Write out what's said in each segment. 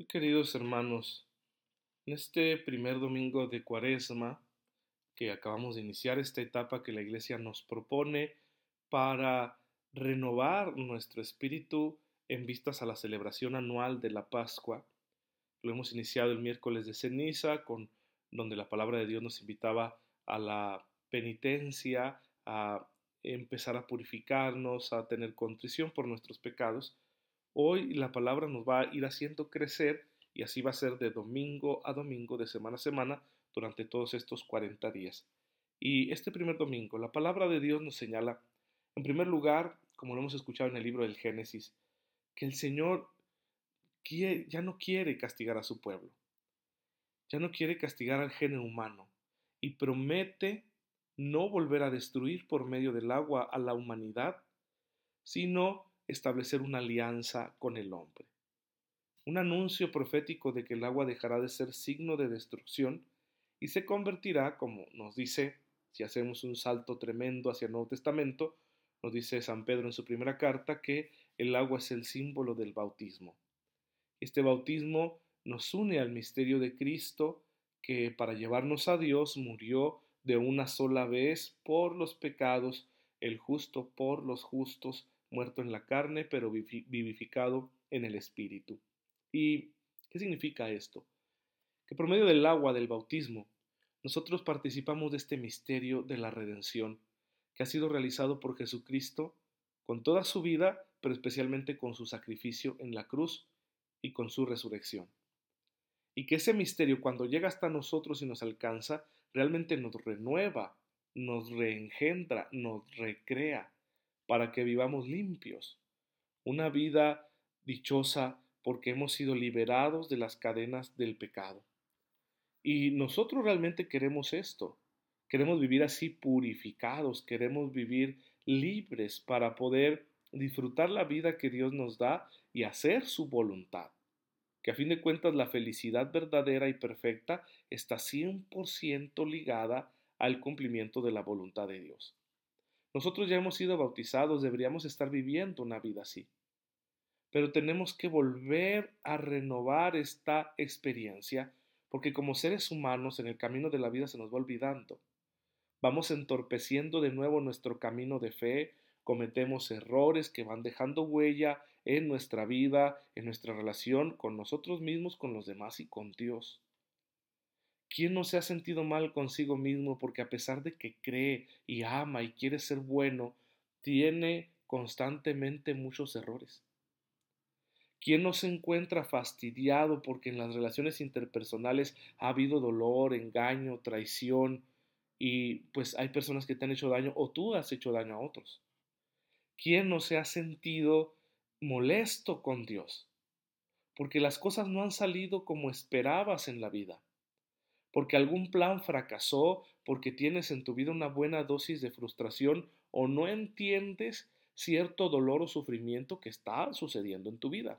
Muy queridos hermanos, en este primer domingo de Cuaresma, que acabamos de iniciar esta etapa que la Iglesia nos propone para renovar nuestro espíritu en vistas a la celebración anual de la Pascua, lo hemos iniciado el miércoles de ceniza, donde la palabra de Dios nos invitaba a la penitencia, a empezar a purificarnos, a tener contrición por nuestros pecados. Hoy la palabra nos va a ir haciendo crecer y así va a ser de domingo a domingo, de semana a semana, durante todos estos 40 días. Y este primer domingo, la palabra de Dios nos señala, en primer lugar, como lo hemos escuchado en el libro del Génesis, que el Señor ya no quiere castigar a su pueblo, ya no quiere castigar al género humano y promete no volver a destruir por medio del agua a la humanidad, sino establecer una alianza con el hombre. Un anuncio profético de que el agua dejará de ser signo de destrucción y se convertirá, como nos dice, si hacemos un salto tremendo hacia el Nuevo Testamento, nos dice San Pedro en su primera carta que el agua es el símbolo del bautismo. Este bautismo nos une al misterio de Cristo, que para llevarnos a Dios murió de una sola vez por los pecados, el justo por los justos, muerto en la carne, pero vivificado en el Espíritu. ¿Y qué significa esto? Que por medio del agua del bautismo, nosotros participamos de este misterio de la redención, que ha sido realizado por Jesucristo con toda su vida, pero especialmente con su sacrificio en la cruz y con su resurrección. Y que ese misterio, cuando llega hasta nosotros y nos alcanza, realmente nos renueva, nos reengendra, nos recrea, para que vivamos limpios. Una vida dichosa porque hemos sido liberados de las cadenas del pecado. Y nosotros realmente queremos esto. Queremos vivir así purificados, queremos vivir libres para poder disfrutar la vida que Dios nos da y hacer su voluntad. Que a fin de cuentas la felicidad verdadera y perfecta está 100% ligada al cumplimiento de la voluntad de Dios. Nosotros ya hemos sido bautizados, deberíamos estar viviendo una vida así. Pero tenemos que volver a renovar esta experiencia porque como seres humanos en el camino de la vida se nos va olvidando. Vamos entorpeciendo de nuevo nuestro camino de fe, cometemos errores que van dejando huella en nuestra vida, en nuestra relación con nosotros mismos, con los demás y con Dios. ¿Quién no se ha sentido mal consigo mismo porque a pesar de que cree y ama y quiere ser bueno, tiene constantemente muchos errores? ¿Quién no se encuentra fastidiado porque en las relaciones interpersonales ha habido dolor, engaño, traición y pues hay personas que te han hecho daño o tú has hecho daño a otros? ¿Quién no se ha sentido molesto con Dios porque las cosas no han salido como esperabas en la vida? Porque algún plan fracasó, porque tienes en tu vida una buena dosis de frustración o no entiendes cierto dolor o sufrimiento que está sucediendo en tu vida.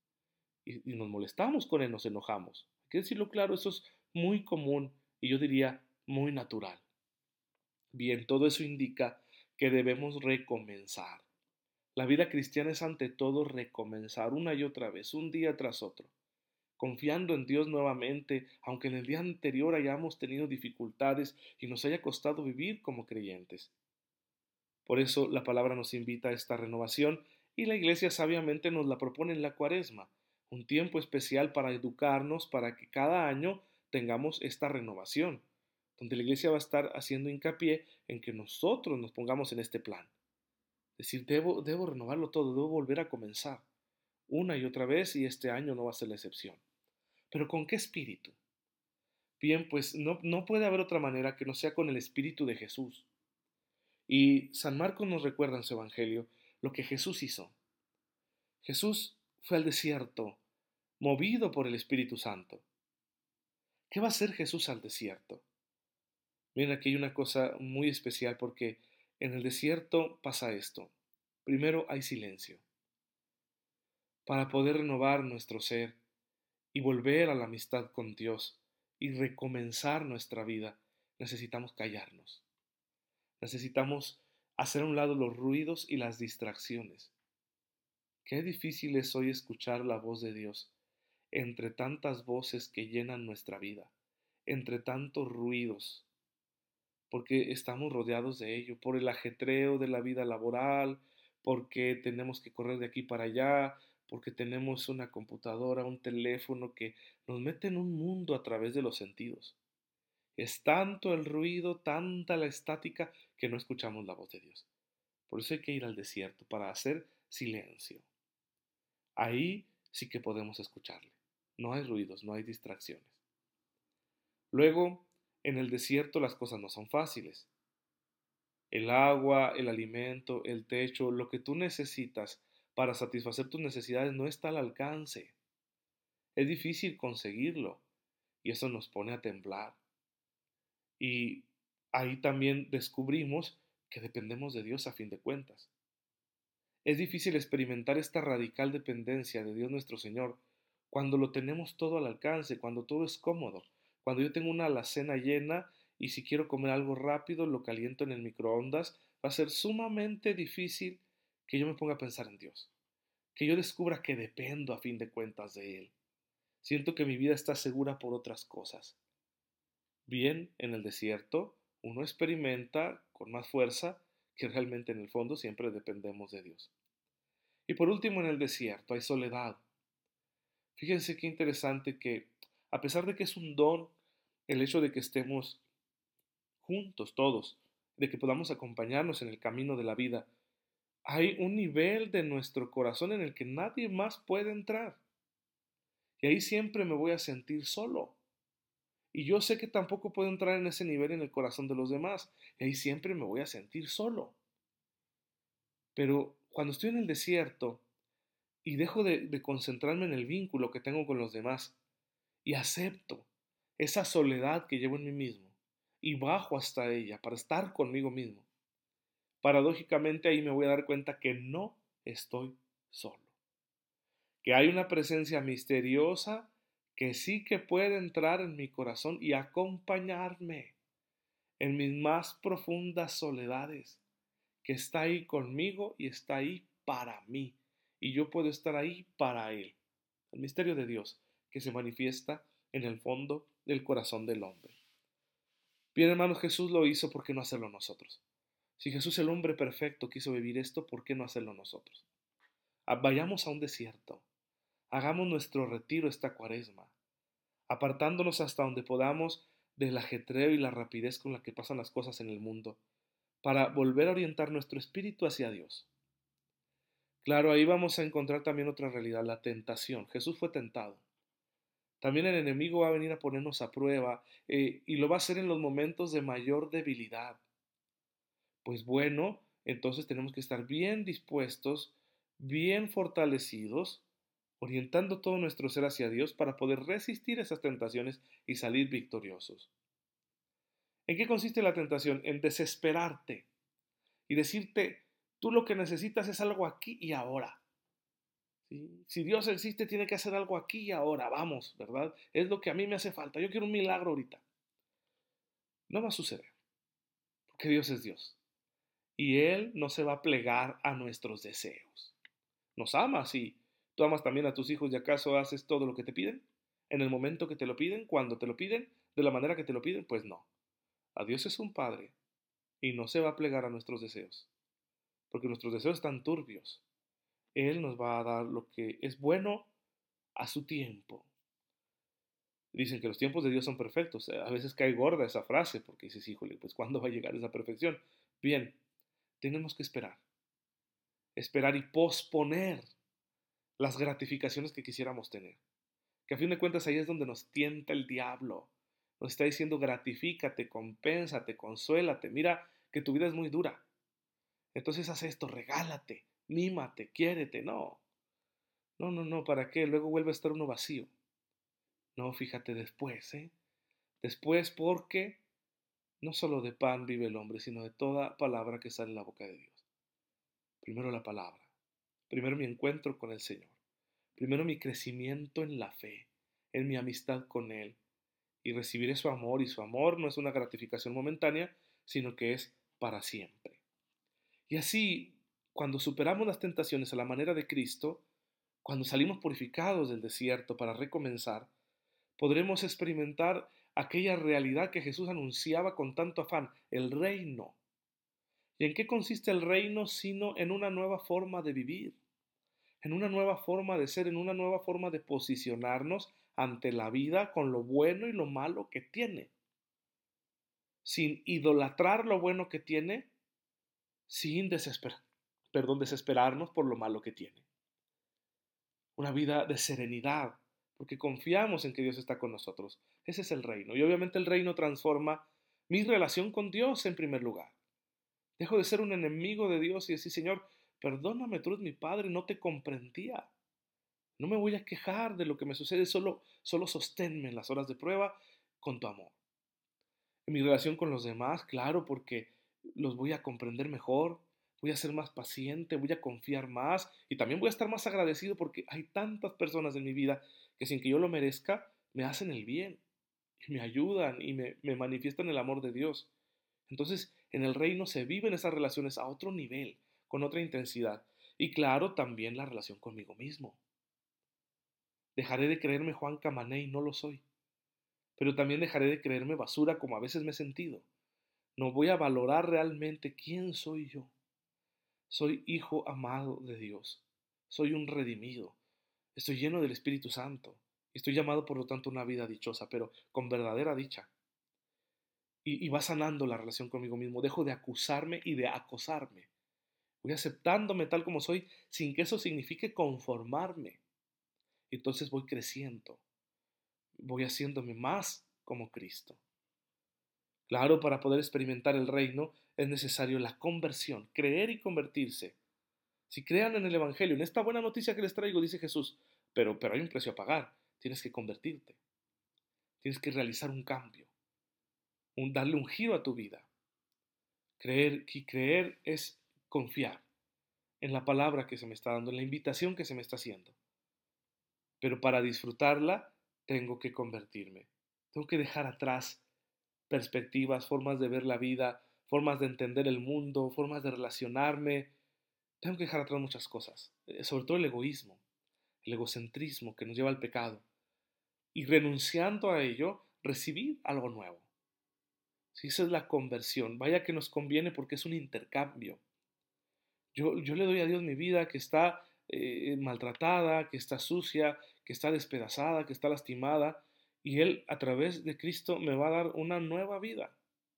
Y nos molestamos con él, nos enojamos. Hay que decirlo claro, eso es muy común y yo diría muy natural. Bien, todo eso indica que debemos recomenzar. La vida cristiana es ante todo recomenzar una y otra vez, un día tras otro, confiando en Dios nuevamente, aunque en el día anterior hayamos tenido dificultades y nos haya costado vivir como creyentes. Por eso la palabra nos invita a esta renovación y la Iglesia sabiamente nos la propone en la Cuaresma, un tiempo especial para educarnos para que cada año tengamos esta renovación, donde la Iglesia va a estar haciendo hincapié en que nosotros nos pongamos en este plan. Es decir, debo renovarlo todo, debo volver a comenzar una y otra vez y este año no va a ser la excepción. ¿Pero con qué espíritu? Bien, pues no puede haber otra manera que no sea con el espíritu de Jesús. Y San Marcos nos recuerda en su Evangelio lo que Jesús hizo. Jesús fue al desierto, movido por el Espíritu Santo. ¿Qué va a hacer Jesús al desierto? Miren, aquí hay una cosa muy especial porque en el desierto pasa esto. Primero hay silencio. Para poder renovar nuestro ser y volver a la amistad con Dios y recomenzar nuestra vida, necesitamos callarnos. Necesitamos hacer a un lado los ruidos y las distracciones. Qué difícil es hoy escuchar la voz de Dios. entre tantas voces que llenan nuestra vida, entre tantos ruidos, porque estamos rodeados de ello, por el ajetreo de la vida laboral, porque tenemos que correr de aquí para allá, porque tenemos una computadora, un teléfono que nos mete en un mundo a través de los sentidos. Es tanto el ruido, tanta la estática, que no escuchamos la voz de Dios. Por eso hay que ir al desierto, para hacer silencio. Ahí sí que podemos escucharle. No hay ruidos, no hay distracciones. Luego, en el desierto las cosas no son fáciles. El agua, el alimento, el techo, lo que tú necesitas para satisfacer tus necesidades no está al alcance. Es difícil conseguirlo y eso nos pone a temblar. Y ahí también descubrimos que dependemos de Dios a fin de cuentas. Es difícil experimentar esta radical dependencia de Dios nuestro Señor cuando lo tenemos todo al alcance, cuando todo es cómodo, cuando yo tengo una alacena llena y si quiero comer algo rápido lo caliento en el microondas, va a ser sumamente difícil que yo me ponga a pensar en Dios, que yo descubra que dependo a fin de cuentas de Él. Siento que mi vida está segura por otras cosas. Bien, en el desierto uno experimenta con más fuerza que realmente en el fondo siempre dependemos de Dios. Y por último, en el desierto hay soledad. Fíjense qué interesante que, a pesar de que es un don el hecho de que estemos juntos todos, de que podamos acompañarnos en el camino de la vida, hay un nivel de nuestro corazón en el que nadie más puede entrar. Y ahí siempre me voy a sentir solo. Y yo sé que tampoco puedo entrar en ese nivel en el corazón de los demás. Y ahí siempre me voy a sentir solo. Pero cuando estoy en el desierto y dejo de concentrarme en el vínculo que tengo con los demás y acepto esa soledad que llevo en mí mismo y bajo hasta ella para estar conmigo mismo, paradójicamente ahí me voy a dar cuenta que no estoy solo, que hay una presencia misteriosa que sí que puede entrar en mi corazón y acompañarme en mis más profundas soledades, que está ahí conmigo y está ahí para mí, y yo puedo estar ahí para Él. El misterio de Dios que se manifiesta en el fondo del corazón del hombre. Bien, hermanos, Jesús lo hizo, ¿por qué no hacerlo nosotros? Si Jesús, el hombre perfecto, quiso vivir esto, ¿por qué no hacerlo nosotros? Vayamos a un desierto, hagamos nuestro retiro esta cuaresma, apartándonos hasta donde podamos del ajetreo y la rapidez con la que pasan las cosas en el mundo, para volver a orientar nuestro espíritu hacia Dios. Claro, ahí vamos a encontrar también otra realidad, la tentación. Jesús fue tentado. También el enemigo va a venir a ponernos a prueba y lo va a hacer en los momentos de mayor debilidad. Pues bueno, entonces tenemos que estar bien dispuestos, bien fortalecidos, orientando todo nuestro ser hacia Dios para poder resistir esas tentaciones y salir victoriosos. ¿En qué consiste la tentación? En desesperarte y decirte, tú lo que necesitas es algo aquí y ahora. ¿Sí? Si Dios existe, tiene que hacer algo aquí y ahora, vamos, ¿verdad? Es lo que a mí me hace falta. Yo quiero un milagro ahorita. No va a suceder, porque Dios es Dios. Y Él no se va a plegar a nuestros deseos. Nos ama, sí. Tú amas también a tus hijos y acaso haces todo lo que te piden. En el momento que te lo piden, cuando te lo piden, de la manera que te lo piden, pues no. A Dios es un Padre y no se va a plegar a nuestros deseos, porque nuestros deseos están turbios. Él nos va a dar lo que es bueno a su tiempo. Dicen que los tiempos de Dios son perfectos. A veces cae gorda esa frase porque dices, híjole, pues ¿cuándo va a llegar esa perfección? Bien, tenemos que esperar. Esperar y posponer las gratificaciones que quisiéramos tener. Que a fin de cuentas ahí es donde nos tienta el diablo. Nos está diciendo gratifícate, compénsate, consuélate. Mira que tu vida es muy dura. Entonces haz esto, regálate, mímate, quiérete. No, no, no, no, ¿para qué? Luego vuelve a estar uno vacío. No, fíjate después, ¿eh? Después porque no solo de pan vive el hombre, sino de toda palabra que sale de la boca de Dios. Primero la palabra. Primero mi encuentro con el Señor. Primero mi crecimiento en la fe, en mi amistad con Él. Y recibiré su amor, y su amor no es una gratificación momentánea, sino que es para siempre. Y así, cuando superamos las tentaciones a la manera de Cristo, Cuando salimos purificados del desierto para recomenzar, podremos experimentar aquella realidad que Jesús anunciaba con tanto afán, el reino. ¿Y en qué consiste el reino sino en una nueva forma de vivir, en una nueva forma de ser, en una nueva forma de posicionarnos ante la vida con lo bueno y lo malo que tiene, sin idolatrar lo bueno que tiene, sin desesperarnos por lo malo que tiene? Una vida de serenidad, porque confiamos en que Dios está con nosotros. Ese es el reino. Y obviamente el reino transforma mi relación con Dios en primer lugar. Dejo de ser un enemigo de Dios y decir, Señor, perdóname, tú eres mi Padre, no te comprendía. No me voy a quejar de lo que me sucede, solo sosténme en las horas de prueba con tu amor. En mi relación con los demás, claro, porque los voy a comprender mejor, voy a ser más paciente, voy a confiar más y también voy a estar más agradecido porque hay tantas personas en mi vida que sin que yo lo merezca me hacen el bien, y me ayudan y me manifiestan el amor de Dios. Entonces, en el reino se viven esas relaciones a otro nivel, con otra intensidad. Y claro, también la relación conmigo mismo. Dejaré de creerme Juan Camané y no lo soy. Pero también dejaré de creerme basura como a veces me he sentido. No voy a valorar realmente quién soy yo. Soy hijo amado de Dios. Soy un redimido. Estoy lleno del Espíritu Santo. Estoy llamado por lo tanto a una vida dichosa, pero con verdadera dicha. Y va sanando la relación conmigo mismo. Dejo de acusarme y de acosarme. Voy aceptándome tal como soy sin que eso signifique conformarme. Entonces voy creciendo. Voy haciéndome más como Cristo. Claro, para poder experimentar el reino es necesario la conversión, creer y convertirse. Si crean en el Evangelio, en esta buena noticia que les traigo, dice Jesús, pero hay un precio a pagar. Tienes que convertirte. Tienes que realizar un cambio, darle un giro a tu vida. Creer es confiar en la palabra que se me está dando, en la invitación que se me está haciendo. Pero para disfrutarla, tengo que convertirme. Tengo que dejar atrás perspectivas, formas de ver la vida, formas de entender el mundo, formas de relacionarme. Tengo que dejar atrás muchas cosas, sobre todo el egoísmo, el egocentrismo que nos lleva al pecado. Y renunciando a ello, recibir algo nuevo. Si esa es la conversión, vaya que nos conviene porque es un intercambio. Yo le doy a Dios mi vida que está maltratada, que está sucia, que está despedazada, que está lastimada, y Él a través de Cristo me va a dar una nueva vida,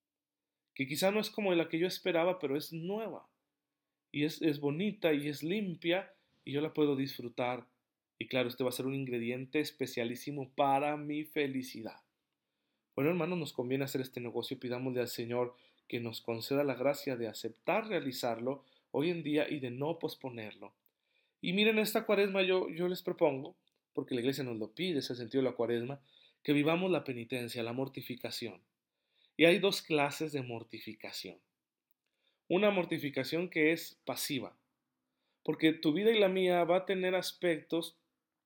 que quizá no es como la que yo esperaba, pero es nueva, y es bonita y es limpia, y yo la puedo disfrutar. Y claro, este va a ser un ingrediente especialísimo para mi felicidad. Bueno, hermanos, nos conviene hacer este negocio. Pidámosle al Señor que nos conceda la gracia de aceptar realizarlo hoy en día y de no posponerlo. Y miren, esta cuaresma yo les propongo, porque la iglesia nos lo pide, es el sentido de la cuaresma, que vivamos la penitencia, la mortificación. Y hay dos clases de mortificación. Una mortificación que es pasiva, porque tu vida y la mía va a tener aspectos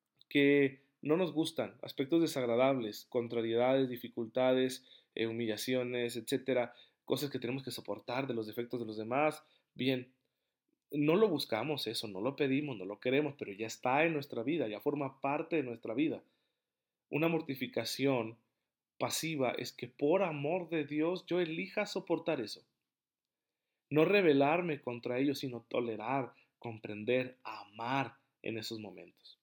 que no nos gustan, aspectos desagradables, contrariedades, dificultades, humillaciones, etcétera, cosas que tenemos que soportar de los defectos de los demás. Bien, no lo buscamos eso, no lo pedimos, no lo queremos, pero ya está en nuestra vida, ya forma parte de nuestra vida. Una mortificación pasiva es que por amor de Dios yo elija soportar eso. No rebelarme contra ello, sino tolerar, comprender, amar en esos momentos.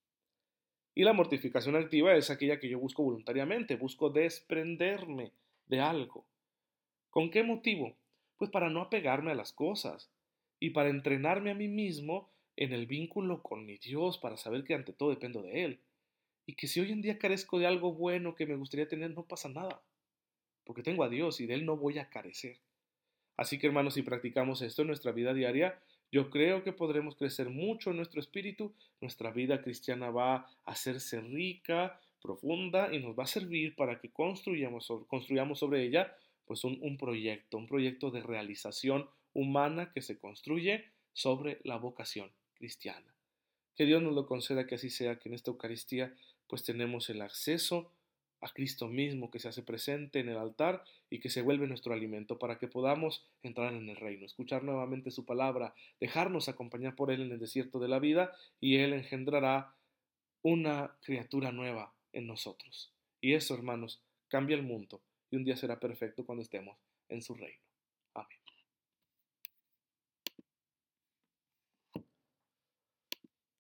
Y la mortificación activa es aquella que yo busco voluntariamente, busco desprenderme de algo. ¿Con qué motivo? Pues para no apegarme a las cosas y para entrenarme a mí mismo en el vínculo con mi Dios, para saber que ante todo dependo de Él. Y que si hoy en día carezco de algo bueno que me gustaría tener, no pasa nada, porque tengo a Dios y de Él no voy a carecer. Así que hermanos, si practicamos esto en nuestra vida diaria, yo creo que podremos crecer mucho en nuestro espíritu, nuestra vida cristiana va a hacerse rica, profunda y nos va a servir para que construyamos sobre ella pues un proyecto de realización humana que se construye sobre la vocación cristiana. Que Dios nos lo conceda, que así sea, que en esta Eucaristía pues tenemos el acceso a Cristo mismo que se hace presente en el altar y que se vuelve nuestro alimento para que podamos entrar en el reino, escuchar nuevamente su palabra, dejarnos acompañar por Él en el desierto de la vida y Él engendrará una criatura nueva en nosotros. Y eso, hermanos, cambia el mundo y un día será perfecto cuando estemos en su reino.